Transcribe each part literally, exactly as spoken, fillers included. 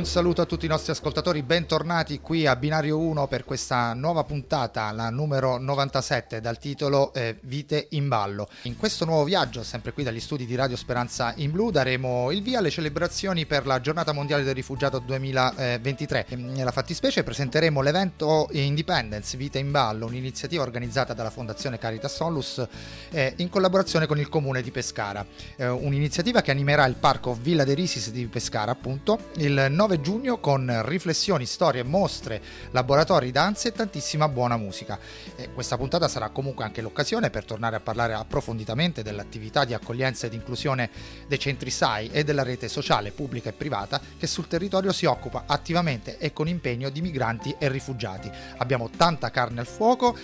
Un saluto a tutti i nostri ascoltatori, bentornati qui a Binario uno per questa nuova puntata, la numero novantasette, dal titolo eh, Vite in ballo. In questo nuovo viaggio, sempre qui dagli studi di Radio Speranza in Blu, daremo il via alle celebrazioni per la Giornata Mondiale del Rifugiato duemilaventitré. Nella fattispecie presenteremo l'evento Independence Vite in ballo, un'iniziativa organizzata dalla Fondazione Caritas Onlus eh, in collaborazione con il Comune di Pescara. Eh, un'iniziativa che animerà il parco Villa de Risis di Pescara, appunto, il nove giugno, con riflessioni, storie, mostre, laboratori, danze e tantissima buona musica. E questa puntata sarà comunque anche l'occasione per tornare a parlare approfonditamente dell'attività di accoglienza ed inclusione dei centri S A I e della rete sociale pubblica e privata che sul territorio si occupa attivamente e con impegno di migranti e rifugiati. Abbiamo tanta carne al fuoco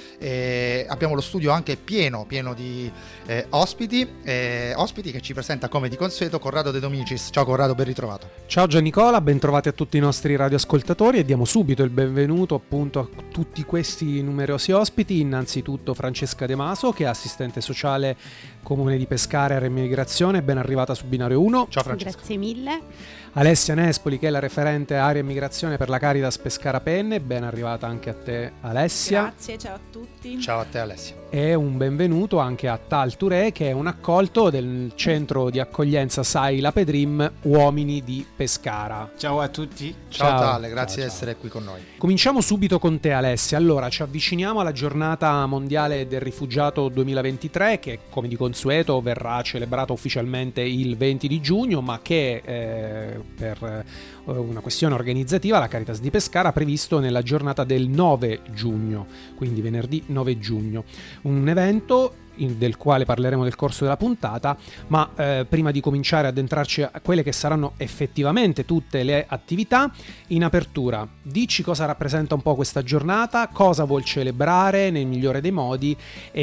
e abbiamo lo studio anche pieno, pieno di eh, ospiti, eh, ospiti che ci presenta come di consueto Corrado De Domicis. Ciao Corrado, ben ritrovato. Ciao Giannicola, ben trovati a tutti i nostri radioascoltatori e diamo subito il benvenuto appunto a tutti questi numerosi ospiti. Innanzitutto Francesca De Maso, che è assistente sociale Comune di Pescara e Area Immigrazione, ben arrivata su Binario uno. Ciao Francesca. Grazie mille. Alessia Nespoli, che è la referente Area Immigrazione per la Caritas Pescara Penne, ben arrivata anche a te Alessia. Grazie, ciao a tutti. Ciao a te Alessia. E un benvenuto anche a Tal Touré, che è un accolto del centro di accoglienza S A I La Pedrim Uomini di Pescara. Ciao a tutti. Ciao, Ciao Tale, grazie ciao, di essere qui con noi. Cominciamo subito con te Alessia. Allora, ci avviciniamo alla Giornata Mondiale del Rifugiato duemilaventitré, che come di consueto verrà celebrata ufficialmente il venti di giugno, ma che eh, per una questione organizzativa la Caritas di Pescara ha previsto nella giornata del nove giugno, quindi venerdì nove giugno. Un evento in, del quale parleremo nel corso della puntata, ma eh, prima di cominciare ad addentrarci a quelle che saranno effettivamente tutte le attività, in apertura dici cosa rappresenta un po' questa giornata, cosa vuol celebrare nel migliore dei modi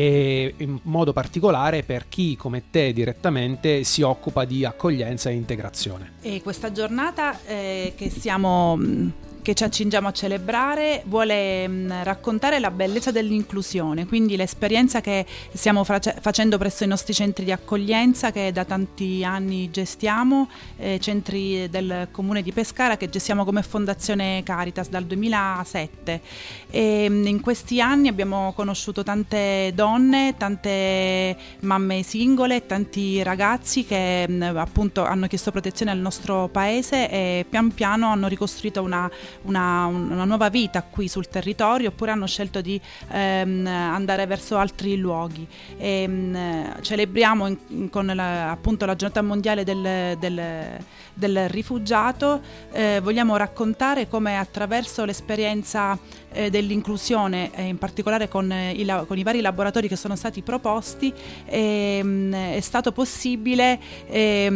e in modo particolare per chi come te direttamente si occupa di accoglienza e integrazione. E questa giornata eh, che siamo... che ci accingiamo a celebrare vuole mh, raccontare la bellezza dell'inclusione, quindi l'esperienza che stiamo face- facendo presso i nostri centri di accoglienza che da tanti anni gestiamo, eh, centri del Comune di Pescara che gestiamo come Fondazione Caritas dal duemilasette. E, mh, in questi anni abbiamo conosciuto tante donne, tante mamme singole, tanti ragazzi che mh, appunto hanno chiesto protezione al nostro paese e pian piano hanno ricostruito una Una, una nuova vita qui sul territorio, oppure hanno scelto di ehm, andare verso altri luoghi. E, mh, celebriamo in, con la, appunto la giornata mondiale del, del, del rifugiato. Eh, vogliamo raccontare come attraverso l'esperienza eh, dell'inclusione, eh, in particolare con, eh, i, con i vari laboratori che sono stati proposti, eh, mh, è stato possibile eh,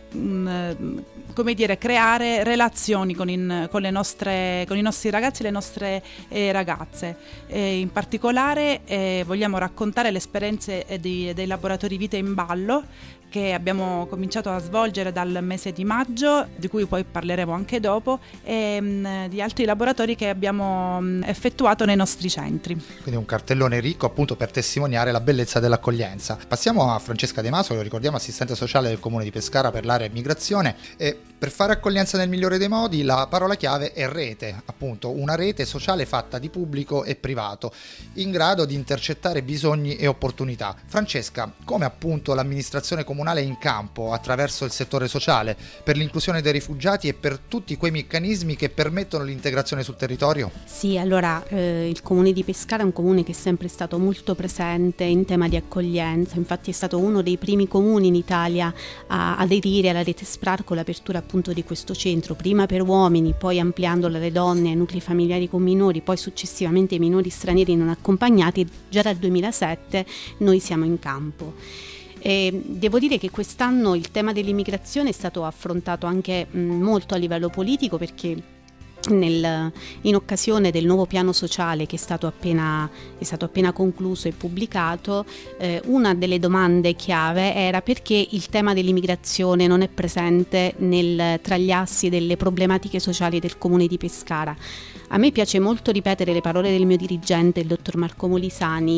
mh, come dire, creare relazioni con, in, con, le nostre, con i nostri ragazzi e le nostre eh, ragazze. Eh, in particolare eh, vogliamo raccontare le esperienze eh, di, dei laboratori Vite in Ballo che abbiamo cominciato a svolgere dal mese di maggio, di cui poi parleremo anche dopo, e mh, di altri laboratori che abbiamo mh, effettuato nei nostri centri. Quindi un cartellone ricco appunto per testimoniare la bellezza dell'accoglienza. Passiamo a Francesca De Maso, lo ricordiamo, assistente sociale del Comune di Pescara per l'area immigrazione. E per fare accoglienza nel migliore dei modi la parola chiave è rete, appunto una rete sociale fatta di pubblico e privato, in grado di intercettare bisogni e opportunità. Francesca, come appunto l'amministrazione comunale in campo attraverso il settore sociale per l'inclusione dei rifugiati e per tutti quei meccanismi che permettono l'integrazione sul territorio? Sì, allora eh, il Comune di Pescara è un comune che è sempre stato molto presente in tema di accoglienza, infatti è stato uno dei primi comuni in Italia a aderire alla rete S P R A R con l'apertura appunto di questo centro, prima per uomini, poi ampliandolo alle donne, ai nuclei familiari con minori, poi successivamente ai minori stranieri non accompagnati. Già dal duemilasette noi siamo in campo. E devo dire che quest'anno il tema dell'immigrazione è stato affrontato anche mh, molto a livello politico, perché Nel, in occasione del nuovo piano sociale che è stato appena, è stato appena concluso e pubblicato, eh, una delle domande chiave era perché il tema dell'immigrazione non è presente nel, tra gli assi delle problematiche sociali del Comune di Pescara. A me piace molto ripetere le parole del mio dirigente, il dottor Marco Molisani: il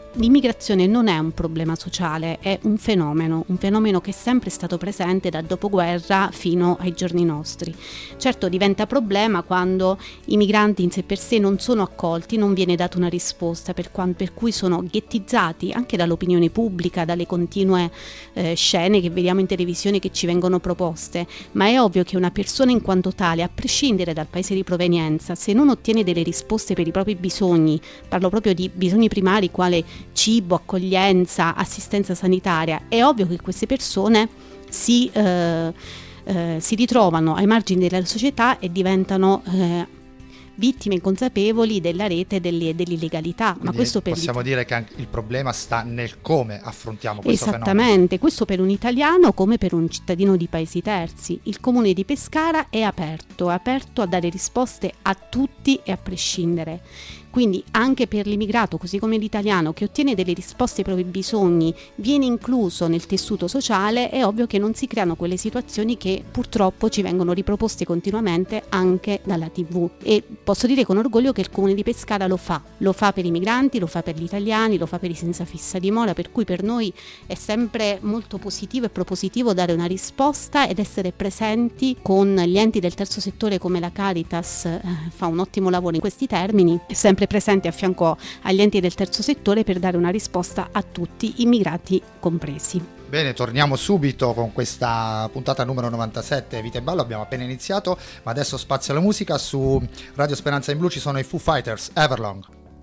l'immigrazione non è un problema sociale, è un fenomeno, un fenomeno che è sempre stato presente dal dopoguerra fino ai giorni nostri. Certo diventa problema quando i migranti in sé per sé non sono accolti, non viene data una risposta, per, quando, per cui sono ghettizzati anche dall'opinione pubblica, dalle continue eh, scene che vediamo in televisione che ci vengono proposte, ma è ovvio che una persona in quanto tale, a prescindere dal paese di provenienza, se non ottiene delle risposte per i propri bisogni, parlo proprio di bisogni primari quale cibo, accoglienza, assistenza sanitaria, è ovvio che queste persone si, eh, eh, si ritrovano ai margini della società e diventano eh, vittime inconsapevoli della rete delle, dell'illegalità. Quindi ma questo per possiamo dire che anche il problema sta nel come affrontiamo questo Esattamente, fenomeno. questo per un italiano come per un cittadino di paesi terzi. Il comune di Pescara è aperto, è aperto a dare risposte a tutti e a prescindere. Quindi anche per l'immigrato, così come l'italiano, che ottiene delle risposte ai propri bisogni, viene incluso nel tessuto sociale, è ovvio che non si creano quelle situazioni che purtroppo ci vengono riproposte continuamente anche dalla tivù. E posso dire con orgoglio che il comune di Pescara lo fa, lo fa per i migranti, lo fa per gli italiani, lo fa per i senza fissa dimora, per cui per noi è sempre molto positivo e propositivo dare una risposta ed essere presenti con gli enti del terzo settore come la Caritas, eh, fa un ottimo lavoro in questi termini, è sempre presente a fianco agli enti del terzo settore per dare una risposta a tutti, immigrati compresi. Bene, torniamo subito con questa puntata numero novantasette Vita in Ballo. Abbiamo appena iniziato, ma adesso spazio alla musica. Su Radio Speranza in Blu ci sono i Foo Fighters, Everlong.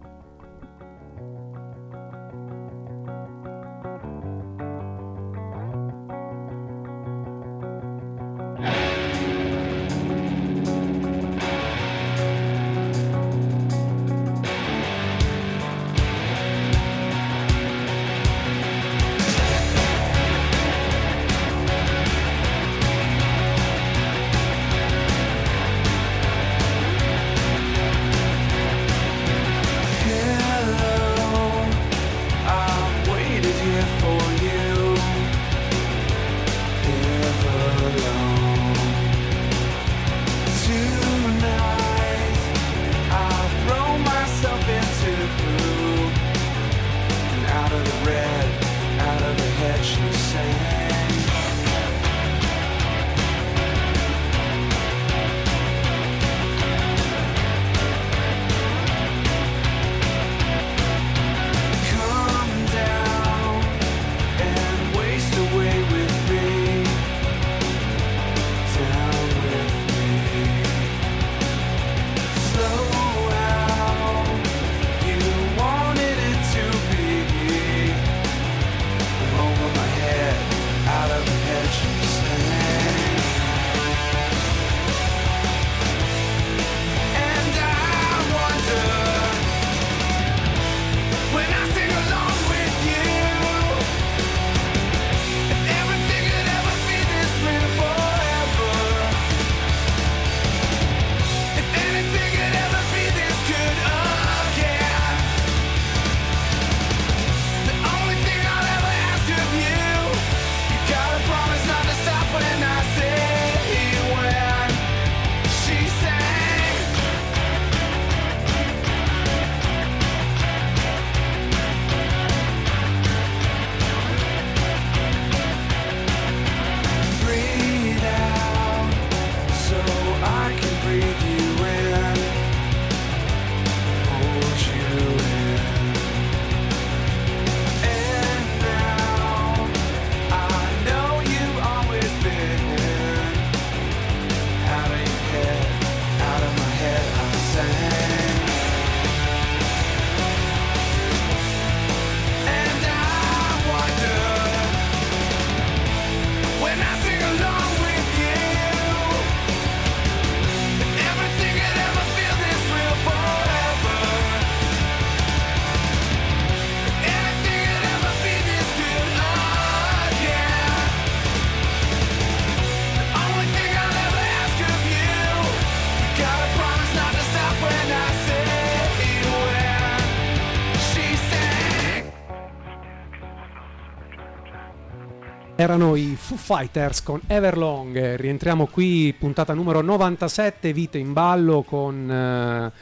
Erano i Foo Fighters con Everlong. Rientriamo qui, puntata numero novantasette, Vite in Ballo, con eh,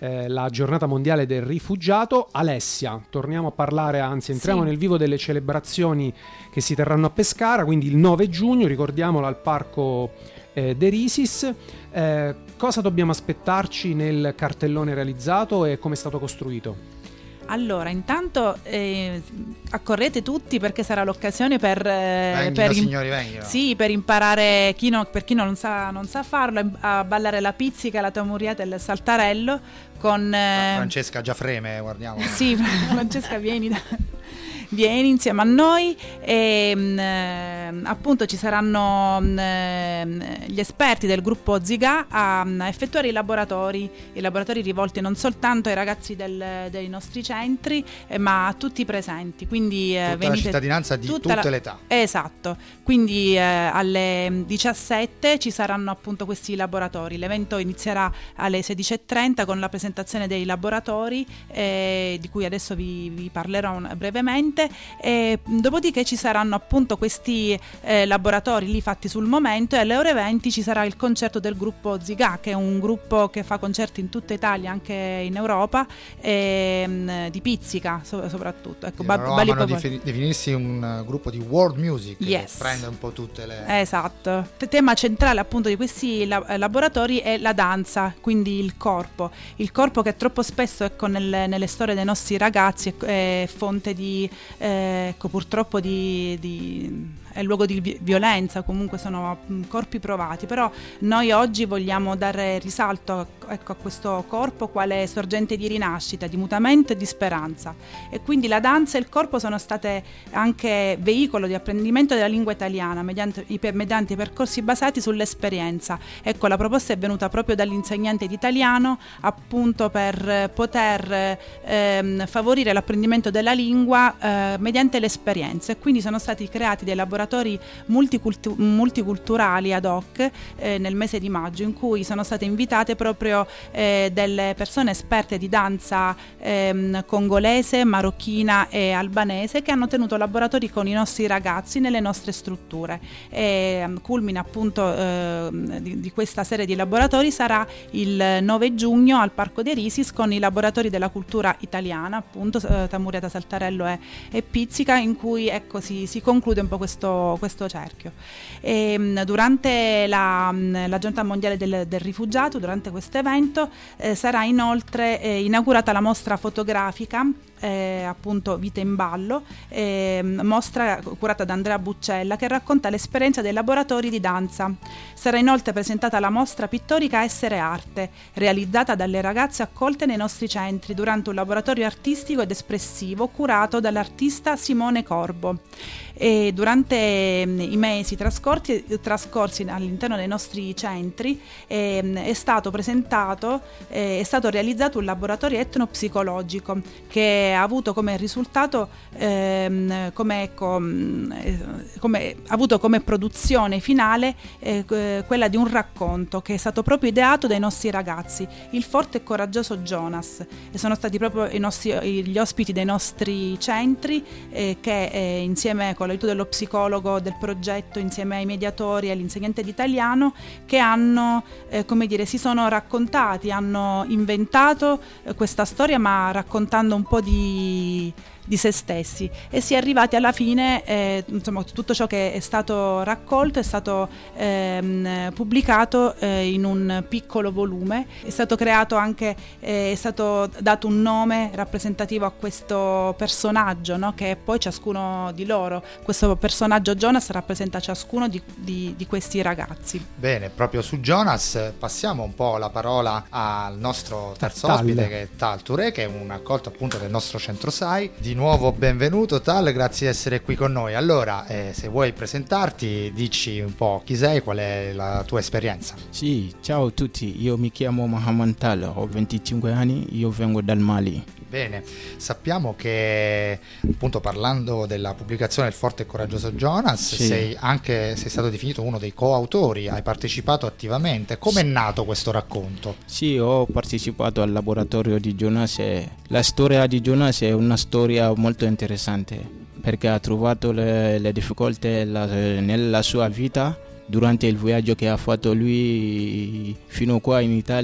eh, la giornata mondiale del rifugiato. Alessia, torniamo a parlare, anzi entriamo Sì. nel vivo delle celebrazioni che si terranno a Pescara, quindi il nove giugno, ricordiamolo, al Parco eh, De Risis. Eh, cosa dobbiamo aspettarci nel cartellone realizzato e come è stato costruito? Allora, intanto eh, accorrete tutti perché sarà l'occasione per, eh, Venghino, per, im- signori, venghino. sì, per imparare, chi no- per chi non sa, non sa farlo, a ballare la pizzica, la tamuriata e il saltarello con... eh, Francesca già freme, guardiamo. Sì, Francesca, vieni, da- vieni insieme a noi e mh, eh, appunto ci saranno mh, eh, gli esperti del gruppo Ziga a, a effettuare i laboratori, i laboratori rivolti non soltanto ai ragazzi del- dei nostri centri, eh, ma a tutti i presenti. Quindi eh, Tutta la venite cittadinanza di tutta tutte la- le età. Esatto, quindi eh, alle diciassette ci saranno appunto questi laboratori. L'evento inizierà alle sedici e trenta con la presentazione dei laboratori, eh, di cui adesso vi, vi parlerò un- brevemente. E dopodiché ci saranno appunto questi eh, laboratori lì fatti sul momento, e alle ore venti ci sarà il concerto del gruppo Ziga, che è un gruppo che fa concerti in tutta Italia, anche in Europa, e, mh, di pizzica so- soprattutto. Ecco, ba- Loro Bali amano Popolari. defi- definirsi un uh, gruppo di world music, Yes. che prende un po' tutte le... Esatto. Il tema centrale appunto di questi la- eh, laboratori è la danza, quindi il corpo. Il corpo che troppo spesso, ecco, nel- nelle storie dei nostri ragazzi è, è fonte di, eh, ecco, purtroppo di... di è luogo di vi- violenza, comunque sono mh, corpi provati, però noi oggi vogliamo dare risalto, ecco, a questo corpo quale sorgente di rinascita, di mutamento e di speranza, e quindi la danza e il corpo sono state anche veicolo di apprendimento della lingua italiana mediante i, per- mediante i percorsi basati sull'esperienza. Ecco, la proposta è venuta proprio dall'insegnante di italiano, appunto per poter ehm, favorire l'apprendimento della lingua eh, mediante l'esperienza, e quindi sono stati creati dei laboratori multicultu- multiculturali ad hoc eh, nel mese di maggio, in cui sono state invitate proprio eh, delle persone esperte di danza ehm, congolese, marocchina e albanese, che hanno tenuto laboratori con i nostri ragazzi nelle nostre strutture. E um, culmine appunto eh, di, di questa serie di laboratori sarà il nove giugno al Parco De Risis con i laboratori della cultura italiana, appunto eh, tamuriata, saltarello e, e pizzica, in cui, ecco, si, si conclude un po' questo questo cerchio. E, mh, durante la, mh, la giornata mondiale del, del rifugiato, durante questo evento eh, sarà inoltre eh, inaugurata la mostra fotografica, eh, appunto Vite in ballo, eh, mostra curata da Andrea Buccella, che racconta l'esperienza dei laboratori di danza. Sarà inoltre presentata la mostra pittorica Essere Arte, realizzata dalle ragazze accolte nei nostri centri durante un laboratorio artistico ed espressivo curato dall'artista Simone Corbo. E durante i mesi trascorsi, trascorsi all'interno dei nostri centri eh, è stato presentato, eh, è stato realizzato un laboratorio etnopsicologico che ha avuto come risultato, ehm, come, ecco, come, ha avuto come produzione finale eh, quella di un racconto che è stato proprio ideato dai nostri ragazzi, il forte e coraggioso Jonas, e sono stati proprio i nostri, gli ospiti dei nostri centri eh, che eh, insieme con l'aiuto dello psicologo del progetto, insieme ai mediatori e all'insegnante di italiano, che hanno, eh, come dire, si sono raccontati, hanno inventato eh, questa storia, ma raccontando un po' di di se stessi, e si è arrivati alla fine, eh, insomma, tutto ciò che è stato raccolto è stato ehm, pubblicato eh, in un piccolo volume. È stato creato anche, eh, è stato dato un nome rappresentativo a questo personaggio, no? Che è poi ciascuno di loro. Questo personaggio Jonas rappresenta ciascuno di, di, di questi ragazzi. Bene, proprio su Jonas passiamo un po' la parola al nostro terzo Tal. ospite, che è Tal Touré, che è un accolto appunto del nostro centro S A I. Di nuovo benvenuto Tal, grazie di essere qui con noi. Allora, eh, se vuoi presentarti, dici un po' chi sei, qual è la tua esperienza. Sì, ciao a tutti, io mi chiamo Mohamed Tal, ho venticinque anni, io vengo dal Mali. Bene, sappiamo che appunto parlando della pubblicazione del forte e coraggioso Jonas, sì. sei anche sei stato definito uno dei coautori, hai partecipato attivamente. Come è nato questo racconto? Sì, ho partecipato al laboratorio di Jonas e la storia di Jonas è una storia molto interessante perché ha trovato le, le difficoltà la, nella sua vita durante il viaggio che ha fatto lui fino qua in Italia,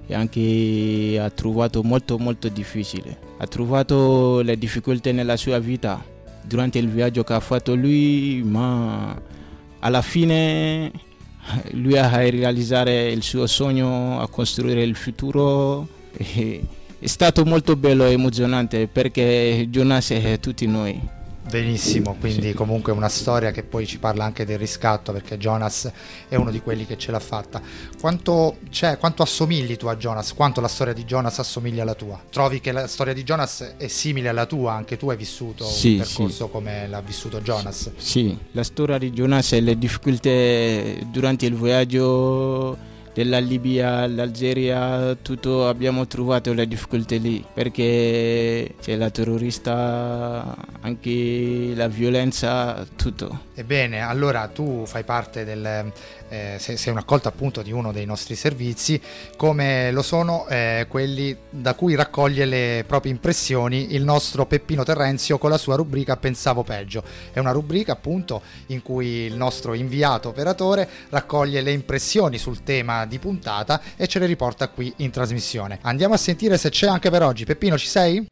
e anche ha trovato molto molto difficile. Ha trovato le difficoltà nella sua vita durante il viaggio che ha fatto lui, ma alla fine lui ha realizzato il suo sogno, a costruire il futuro. E è stato molto bello e emozionante perché Jonas è tutti noi. Benissimo, quindi comunque una storia che poi ci parla anche del riscatto, perché Jonas è uno di quelli che ce l'ha fatta. Quanto, cioè, quanto assomigli tu a Jonas? Quanto la storia di Jonas assomiglia alla tua? Trovi che la storia di Jonas è simile alla tua? Anche tu hai vissuto sì, un percorso sì. come l'ha vissuto Jonas? Sì, la storia di Jonas e le difficoltà durante il viaggio della Libia all'Algeria, tutto abbiamo trovato le difficoltà lì, perché c'è la terrorista, anche la violenza, tutto. Ebbene, allora tu fai parte del, eh, sei, sei un'accolta appunto di uno dei nostri servizi, come lo sono eh, quelli da cui raccoglie le proprie impressioni il nostro Peppino Terrenzio con la sua rubrica Pensavo Peggio. È una rubrica appunto in cui il nostro inviato operatore raccoglie le impressioni sul tema di puntata e ce le riporta qui in trasmissione. Andiamo a sentire se c'è anche per oggi. Peppino, ci sei?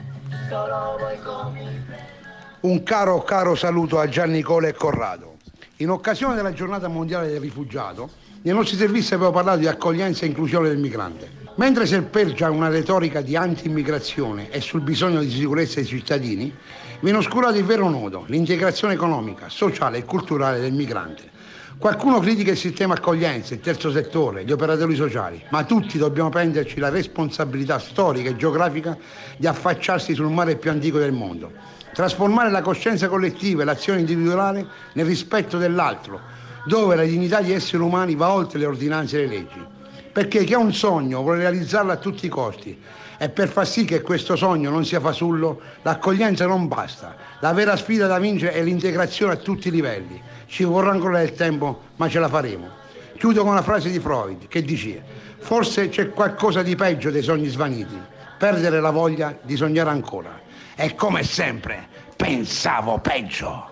Un caro caro saluto a Giannicola e Corrado. In occasione della giornata mondiale del rifugiato, nei nostri servizi abbiamo parlato di accoglienza e inclusione del migrante. Mentre serpeggia una retorica di anti-immigrazione e sul bisogno di sicurezza dei cittadini, viene oscurato il vero nodo, l'integrazione economica, sociale e culturale del migrante. Qualcuno critica il sistema accoglienza, il terzo settore, gli operatori sociali, ma tutti dobbiamo prenderci la responsabilità storica e geografica di affacciarsi sul mare più antico del mondo, trasformare la coscienza collettiva e l'azione individuale nel rispetto dell'altro, dove la dignità di esseri umani va oltre le ordinanze e le leggi. Perché chi ha un sogno vuole realizzarlo a tutti i costi e per far sì che questo sogno non sia fasullo, l'accoglienza non basta. La vera sfida da vincere è l'integrazione a tutti i livelli. Ci vorrà ancora del tempo, ma ce la faremo. Chiudo con una frase di Freud che dice: forse c'è qualcosa di peggio dei sogni svaniti, perdere la voglia di sognare ancora. E come sempre, pensavo peggio.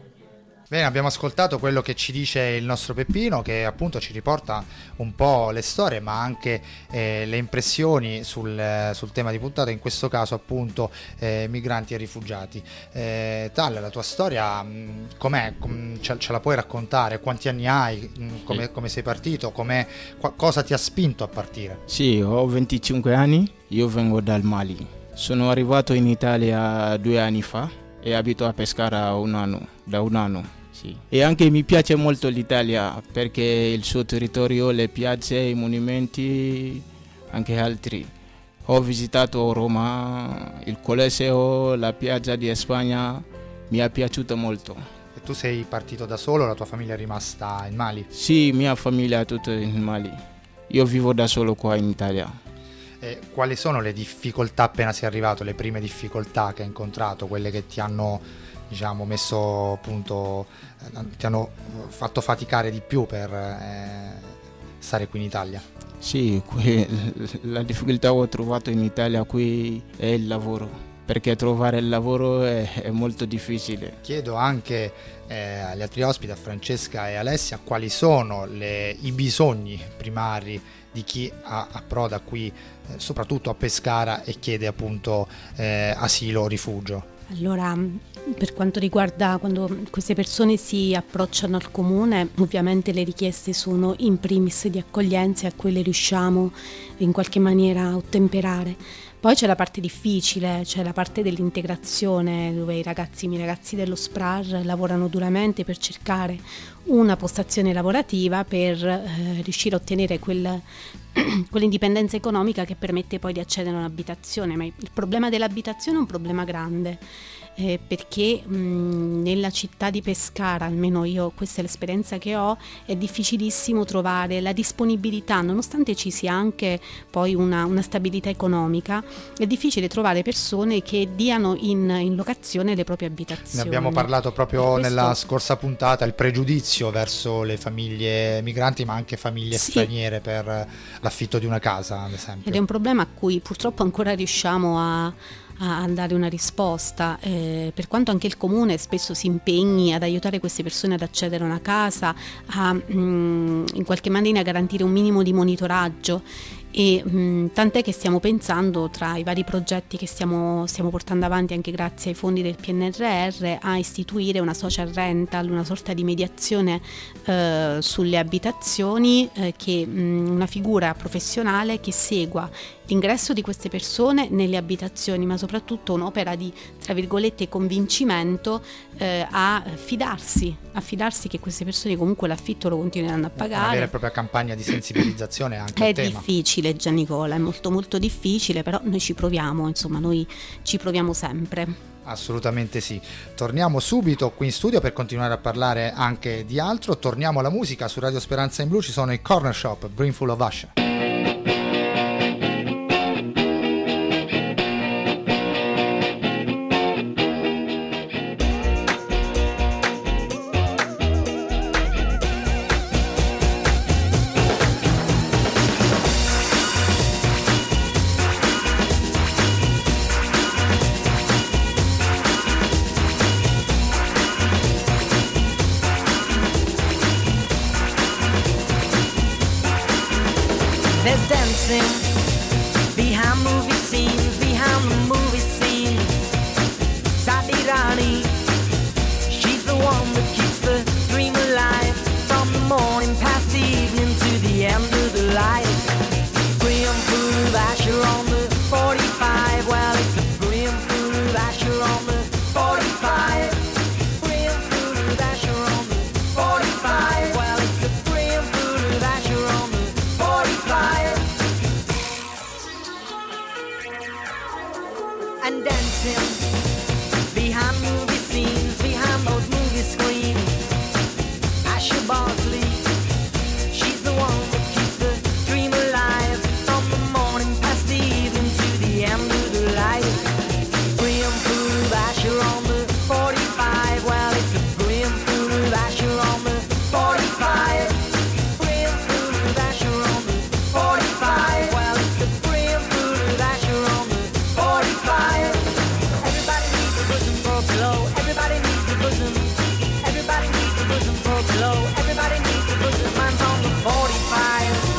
Bene, abbiamo ascoltato quello che ci dice il nostro Peppino, che appunto ci riporta un po' le storie ma anche eh, le impressioni sul, sul tema di puntata, in questo caso appunto eh, migranti e rifugiati. Eh, Tal, la tua storia mh, com'è? Com- ce, ce la puoi raccontare? Quanti anni hai? Mh, come, sì. come sei partito? Com'è, qu- cosa ti ha spinto a partire? Sì, ho venticinque anni, io vengo dal Mali. Sono arrivato in Italia due anni fa e abito a Pescara un anno, da un anno. Sì. E anche mi piace molto l'Italia perché il suo territorio, le piazze, i monumenti, anche altri. Ho visitato Roma, il Colosseo, la piazza di Spagna, mi è piaciuto molto. E tu sei partito da solo, la tua famiglia è rimasta in Mali? Sì, mia famiglia è tutta in Mali. Io vivo da solo qua in Italia. E quali sono le difficoltà appena sei arrivato, le prime difficoltà che hai incontrato, quelle che ti hanno diciamo messo appunto, ti hanno fatto faticare di più per eh, stare qui in Italia? Sì, qui, la difficoltà che ho trovato in Italia qui è il lavoro, perché trovare il lavoro è, è molto difficile. Chiedo anche eh, agli altri ospiti, a Francesca e Alessia, quali sono le, i bisogni primari di chi ha, approda qui, eh, soprattutto a Pescara, e chiede appunto eh, asilo o rifugio. Allora, per quanto riguarda quando queste persone si approcciano al comune, ovviamente le richieste sono in primis di accoglienza, e a quelle riusciamo in qualche maniera a ottemperare. Poi c'è la parte difficile, c'è la parte dell'integrazione, dove i ragazzi, i miei ragazzi dello S P R A R lavorano duramente per cercare una postazione lavorativa, per eh, riuscire a ottenere quel, quell'indipendenza economica che permette poi di accedere a un'abitazione. Ma il problema dell'abitazione è un problema grande, eh, perché mh, nella città di Pescara, almeno io, questa è l'esperienza che ho, è difficilissimo trovare la disponibilità, nonostante ci sia anche poi una, una stabilità economica, è difficile trovare persone che diano in, in locazione le proprie abitazioni. Ne abbiamo parlato proprio questo... nella scorsa puntata, il pregiudizio verso le famiglie migranti, ma anche famiglie sì. straniere per l'affitto di una casa, ad esempio. Ed è un problema a cui purtroppo ancora riusciamo a a dare una risposta, eh, per quanto anche il comune spesso si impegni ad aiutare queste persone ad accedere a una casa, a mh, in qualche maniera garantire un minimo di monitoraggio. e mh, tant'è che stiamo pensando, tra i vari progetti che stiamo, stiamo portando avanti anche grazie ai fondi del P N R R, a istituire una social rental, una sorta di mediazione eh, sulle abitazioni, eh, che mh, una figura professionale che segua l'ingresso di queste persone nelle abitazioni, ma soprattutto un'opera di, tra virgolette, convincimento eh, a fidarsi, a fidarsi che queste persone comunque l'affitto lo continueranno a pagare. Una vera e propria campagna di sensibilizzazione anche È al tema. difficile, Giannicola, è molto molto difficile, però noi ci proviamo, insomma, noi ci proviamo sempre. Assolutamente sì. Torniamo subito qui in studio per continuare a parlare anche di altro. Torniamo alla musica. Su Radio Speranza in Blu ci sono i Corner Shop, Brimful of Usher. There's dancing behind movie scenes, behind the movie scene. Sadi Rani, she's the one that keeps the dream alive. From the morning past the evening to the end of the light. Brimful of Usher on the forty-five. Well, it's a brimful of Usher on the forty-five. Brimful of Usher on the forty-five. Well, it's a brimful of Usher on the forty-five. And dancing behind movie scenes, behind those movie screens. Asher Bosley, she's the one that keeps the dream alive. From the morning past the evening to the end of the light. Brimful of Usher on the forty-five. Well, it's a brimful of Usher on the forty-five. Brimful of Usher on the forty-five. Well, it's a brimful of Usher on the forty-five. Everybody needs a bosom for a pillow. Everybody needs a bosom. Everybody needs a bosom for a pillow. Everybody needs a bosom. Mine's on the forty-five.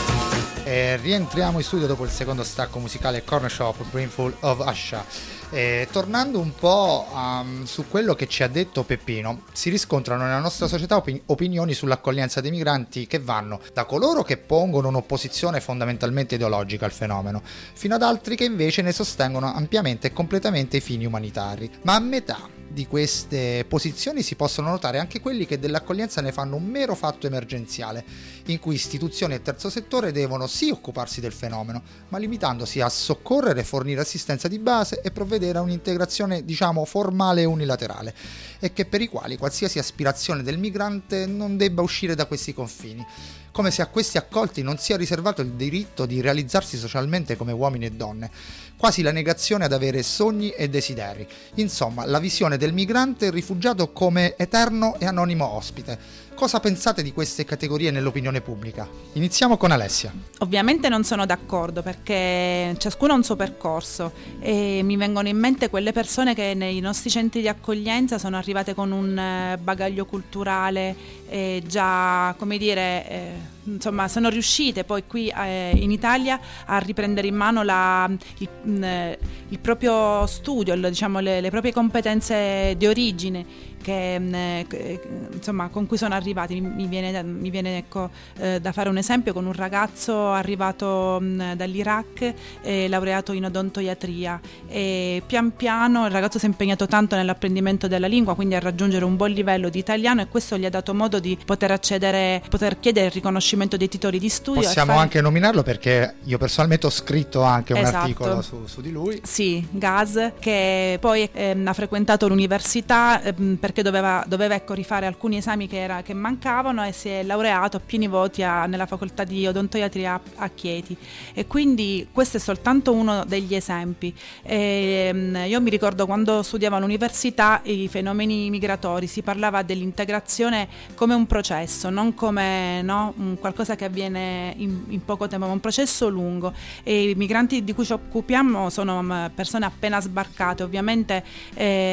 E rientriamo in studio dopo il secondo stacco musicale Corner Shop, Brimful of Usher. E tornando un po' um, su quello che ci ha detto Peppino, si riscontrano nella nostra società opin- opinioni sull'accoglienza dei migranti che vanno da coloro che pongono un'opposizione fondamentalmente ideologica al fenomeno, fino ad altri che invece ne sostengono ampiamente e completamente i fini umanitari. Ma a metà di queste posizioni si possono notare anche quelli che dell'accoglienza ne fanno un mero fatto emergenziale, in cui istituzioni e terzo settore devono sì occuparsi del fenomeno, ma limitandosi a soccorrere, fornire assistenza di base e provvedere a un'integrazione, diciamo, formale e unilaterale, e che per i quali qualsiasi aspirazione del migrante non debba uscire da questi confini, come se a questi accolti non sia riservato il diritto di realizzarsi socialmente come uomini e donne, quasi la negazione ad avere sogni e desideri. Insomma, la visione del migrante e il rifugiato come eterno e anonimo ospite. Cosa pensate di queste categorie nell'opinione pubblica? Iniziamo con Alessia. Ovviamente non sono d'accordo, perché ciascuno ha un suo percorso e mi vengono in mente quelle persone che nei nostri centri di accoglienza sono arrivate con un bagaglio culturale eh, già, come dire, eh, insomma, sono riuscite poi qui eh, in Italia a riprendere in mano la, il, eh, il proprio studio, il, diciamo, le, le proprie competenze di origine. Che, eh, insomma, con cui sono arrivati. Mi viene, mi viene ecco, eh, da fare un esempio con un ragazzo arrivato mh, dall'Iraq, eh, laureato in odontoiatria, e pian piano il ragazzo si è impegnato tanto nell'apprendimento della lingua, quindi a raggiungere un buon livello di italiano, e questo gli ha dato modo di poter accedere, poter chiedere il riconoscimento dei titoli di studio. Possiamo fare... anche nominarlo, perché io personalmente ho scritto anche un esatto. articolo su, su di lui. Sì, Gaz, che poi ehm, ha frequentato l'università ehm, perché doveva, doveva ecco, rifare alcuni esami che, era, che mancavano, e si è laureato a pieni voti a, nella facoltà di odontoiatria a, a Chieti, e quindi questo è soltanto uno degli esempi. E, ehm, io mi ricordo quando studiavo all'università i fenomeni migratori, si parlava dell'integrazione come un processo, non come no, un qualcosa che avviene in, in poco tempo, ma un processo lungo, e i migranti di cui ci occupiamo sono persone appena sbarcate, ovviamente eh,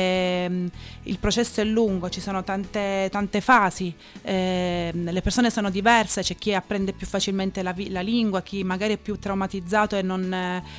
mh, il processo è lungo, ci sono tante, tante fasi, eh, le persone sono diverse, c'è chi apprende più facilmente la, vi- la lingua, chi magari è più traumatizzato e non,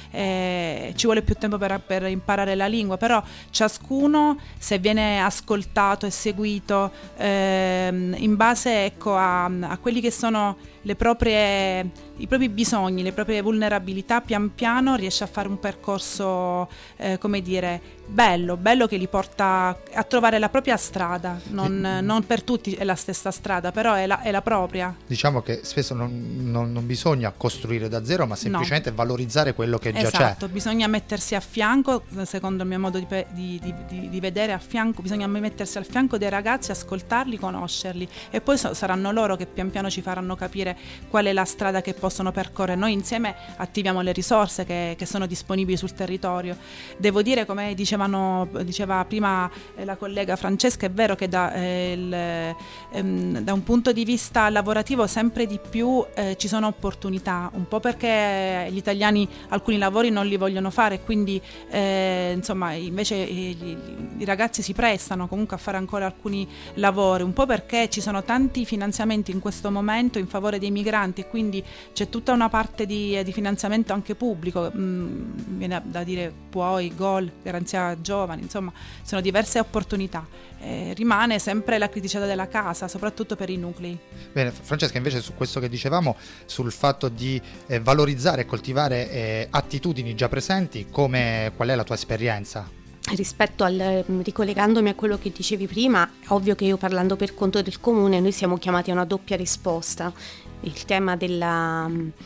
eh, ci vuole più tempo per, per imparare la lingua, però ciascuno, se viene ascoltato e seguito eh, in base, ecco, a, a quelli che sono le proprie, i propri bisogni, le proprie vulnerabilità, pian piano riesce a fare un percorso, eh, come dire, bello, bello, che li porta a trovare la propria strada. Non, non per tutti è la stessa strada, però è la, è la propria. Diciamo che spesso non, non, non bisogna costruire da zero, ma semplicemente no. valorizzare quello che già esatto, c'è. Esatto, bisogna mettersi a fianco, secondo il mio modo di, di, di, di vedere, a fianco, bisogna mettersi al fianco dei ragazzi, ascoltarli, conoscerli, e poi so, saranno loro che pian piano ci faranno capire qual è la strada che possono percorrere. Noi insieme attiviamo le risorse che, che sono disponibili sul territorio. Devo dire, come dicevano, diceva prima eh, la collega Francesca, è vero che da, eh, il, ehm, da un punto di vista lavorativo sempre di più eh, ci sono opportunità, un po' perché gli italiani alcuni lavori non li vogliono fare, quindi eh, insomma invece i, i ragazzi si prestano comunque a fare ancora alcuni lavori, un po' perché ci sono tanti finanziamenti in questo momento in favore dei migranti, e quindi c'è tutta una parte di, di finanziamento anche pubblico, mm, viene da dire P U O I, Goal, Garanzia Giovani, insomma sono diverse opportunità. Eh, rimane sempre la criticità della casa, soprattutto per i nuclei. Bene, Francesca, invece su questo che dicevamo, sul fatto di eh, valorizzare e coltivare eh, attitudini già presenti, come, qual è la tua esperienza? Rispetto al, ricollegandomi a quello che dicevi prima, è ovvio che io, parlando per conto del comune, noi siamo chiamati a una doppia risposta. Il tema della,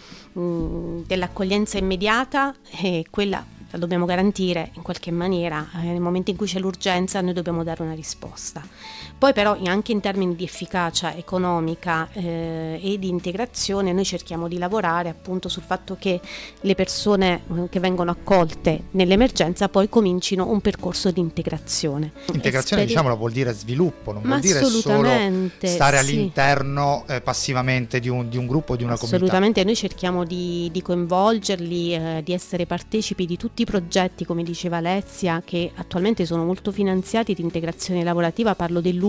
mh, dell'accoglienza immediata è quella, la dobbiamo garantire in qualche maniera, eh, nel momento in cui c'è l'urgenza noi dobbiamo dare una risposta. Poi però anche in termini di efficacia economica eh, e di integrazione noi cerchiamo di lavorare appunto sul fatto che le persone eh, che vengono accolte nell'emergenza poi comincino un percorso di integrazione. Integrazione, Esperi- diciamolo, vuol dire sviluppo, non Ma vuol dire solo stare sì. all'interno eh, passivamente di un, di un gruppo, di una comunità. Assolutamente, noi cerchiamo di, di coinvolgerli, eh, di essere partecipi di tutti i progetti, come diceva Alessia, che attualmente sono molto finanziati di integrazione lavorativa. Parlo dell'ultimo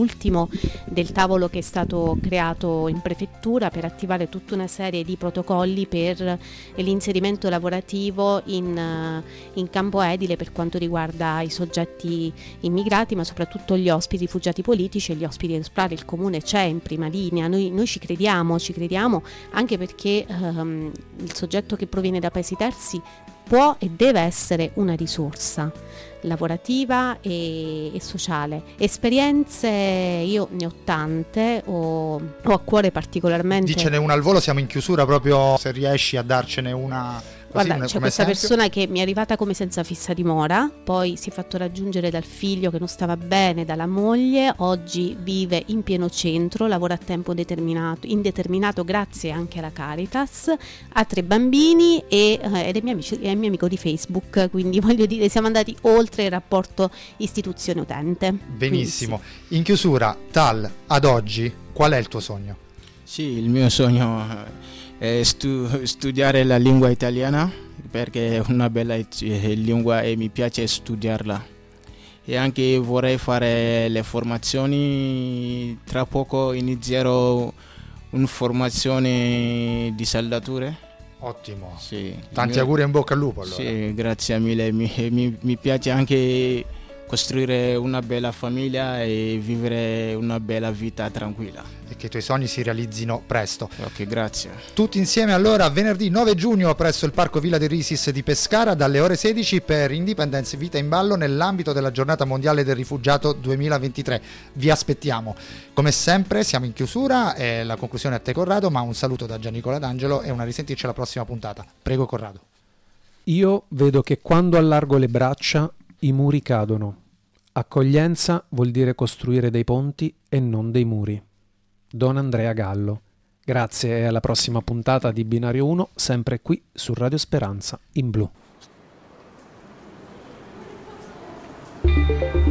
del tavolo che è stato creato in prefettura per attivare tutta una serie di protocolli per l'inserimento lavorativo in, in campo edile per quanto riguarda i soggetti immigrati, ma soprattutto gli ospiti rifugiati politici e gli ospiti esplorati. Il comune c'è in prima linea, noi, noi ci crediamo, ci crediamo anche perché ehm, il soggetto che proviene da paesi terzi può e deve essere una risorsa lavorativa e, e sociale. Esperienze io ne ho tante, ho, ho a cuore particolarmente. Dicene una al volo, siamo in chiusura, proprio se riesci a darcene una. Così, guarda, c'è questa esempio. persona che mi è arrivata come senza fissa dimora, poi si è fatto raggiungere dal figlio che non stava bene, dalla moglie, oggi vive in pieno centro, lavora a tempo determinato, indeterminato grazie anche alla Caritas, ha tre bambini e, eh, ed è mio, amico, è mio amico di Facebook, quindi voglio dire siamo andati oltre il rapporto istituzione-utente. Benissimo, quindi, in chiusura, Tal, ad oggi qual è il tuo sogno? Sì, il mio sogno è stu- studiare la lingua italiana perché è una bella lingua e mi piace studiarla, e anche vorrei fare le formazioni. Tra poco inizierò una formazione di saldature. Ottimo, sì. Tanti mio... auguri e in bocca al lupo allora. Sì, grazie mille, mi, mi, mi piace anche costruire una bella famiglia e vivere una bella vita tranquilla. E che i tuoi sogni si realizzino presto. Ok, grazie. Tutti insieme allora venerdì nove giugno presso il Parco Villa de Risis di Pescara dalle ore sedici per Independence Vita in Ballo nell'ambito della Giornata Mondiale del Rifugiato duemilaventitré. Vi aspettiamo. Come sempre siamo in chiusura, e la conclusione a te Corrado, ma un saluto da Giannicola D'Angelo e una risentirci alla prossima puntata. Prego Corrado. Io vedo che quando allargo le braccia i muri cadono. Accoglienza vuol dire costruire dei ponti e non dei muri. Don Andrea Gallo. Grazie e alla prossima puntata di Binario uno, sempre qui su Radio Speranza in blu.